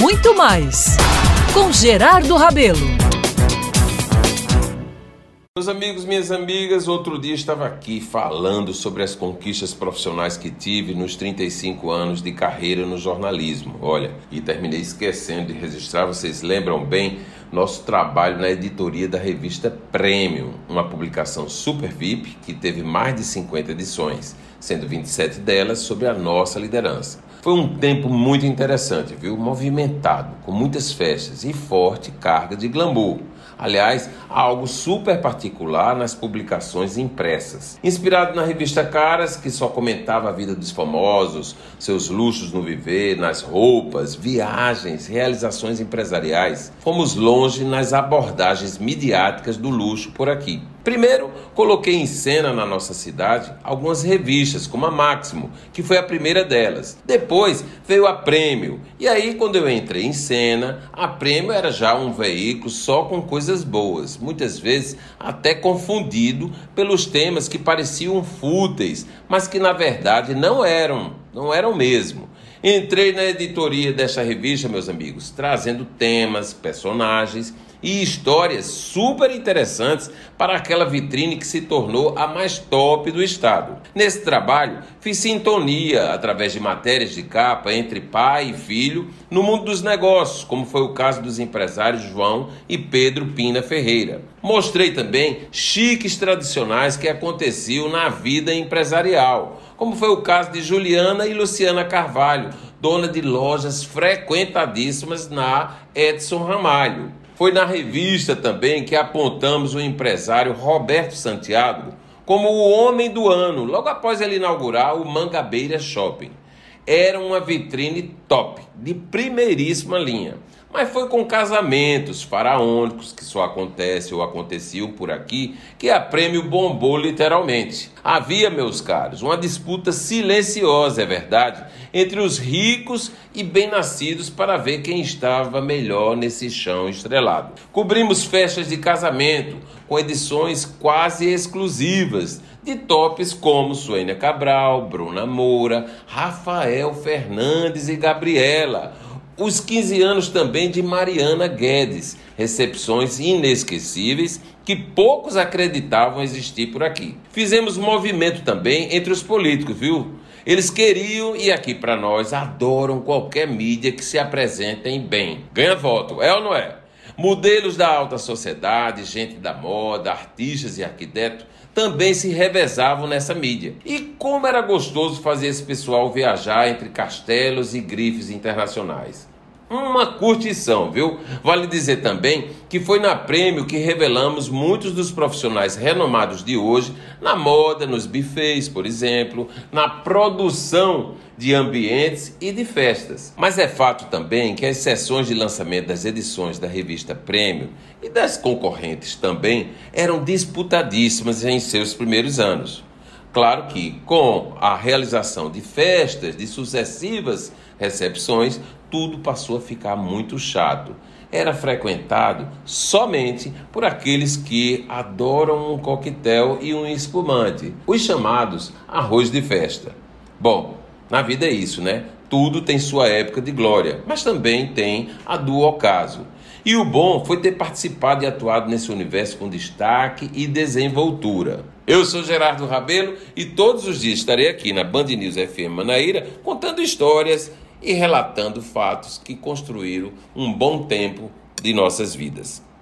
muito mais com Gerardo Rabelo. Meus amigos, minhas amigas, outro dia estava aqui falando sobre as conquistas profissionais que tive nos 35 anos de carreira no jornalismo. Olha, e terminei esquecendo de registrar, vocês lembram bem, nosso trabalho na editoria da revista Premium, uma publicação super VIP que teve mais de 50 edições, sendo 27 delas sobre a nossa liderança. Foi um tempo muito interessante, viu? Movimentado, com muitas festas e forte carga de glamour. Aliás, algo super particular nas publicações impressas. Inspirado na revista Caras, que só comentava a vida dos famosos, seus luxos no viver, nas roupas, viagens, realizações empresariais, fomos longe nas abordagens midiáticas do luxo por aqui. Primeiro, coloquei em cena na nossa cidade algumas revistas, como a Máximo, que foi a primeira delas. Depois veio a Prêmio, e aí quando eu entrei em cena, a Prêmio era já um veículo só com coisas boas, muitas vezes até confundido pelos temas que pareciam fúteis, mas que na verdade não eram mesmo. Entrei na editoria desta revista, meus amigos, trazendo temas, personagens e histórias super interessantes para aquela vitrine que se tornou a mais top do estado. Nesse trabalho, fiz sintonia através de matérias de capa entre pai e filho no mundo dos negócios, como foi o caso dos empresários João e Pedro Pina Ferreira. Mostrei também chiques tradicionais que aconteciam na vida empresarial, como foi o caso de Juliana e Luciana Carvalho, dona de lojas frequentadíssimas na Edson Ramalho. Foi na revista também que apontamos o empresário Roberto Santiago como o homem do ano, logo após ele inaugurar o Mangabeira Shopping. Era uma vitrine top, de primeiríssima linha. Mas foi com casamentos faraônicos, que só acontece ou aconteciam por aqui, que a Prêmio bombou literalmente. Havia, meus caros, uma disputa silenciosa, é verdade, entre os ricos e bem-nascidos para ver quem estava melhor nesse chão estrelado. Cobrimos festas de casamento, com edições quase exclusivas, de tops como Suênia Cabral, Bruna Moura, Rafael Fernandes e Gabriela. Os 15 anos também de Mariana Guedes, recepções inesquecíveis que poucos acreditavam existir por aqui. Fizemos movimento também entre os políticos, viu? Eles queriam e aqui para nós adoram qualquer mídia que se apresentem bem. Ganha voto, é ou não é? Modelos da alta sociedade, gente da moda, artistas e arquitetos também se revezavam nessa mídia. E como era gostoso fazer esse pessoal viajar entre castelos e grifes internacionais. Uma curtição, viu? Vale dizer também que foi na Prêmio que revelamos muitos dos profissionais renomados de hoje na moda, nos buffets, por exemplo, na produção de ambientes e de festas. Mas é fato também que as sessões de lançamento das edições da revista Prêmio e das concorrentes também eram disputadíssimas em seus primeiros anos. Claro que com a realização de festas, de sucessivas recepções, tudo passou a ficar muito chato. Era frequentado somente por aqueles que adoram um coquetel e um espumante, os chamados arroz de festa. Bom, na vida é isso, né? Tudo tem sua época de glória, mas também tem a do ocaso. E o bom foi ter participado e atuado nesse universo com destaque e desenvoltura. Eu sou Gerardo Rabelo e todos os dias estarei aqui na Band News FM Manaíra contando histórias e relatando fatos que construíram um bom tempo de nossas vidas.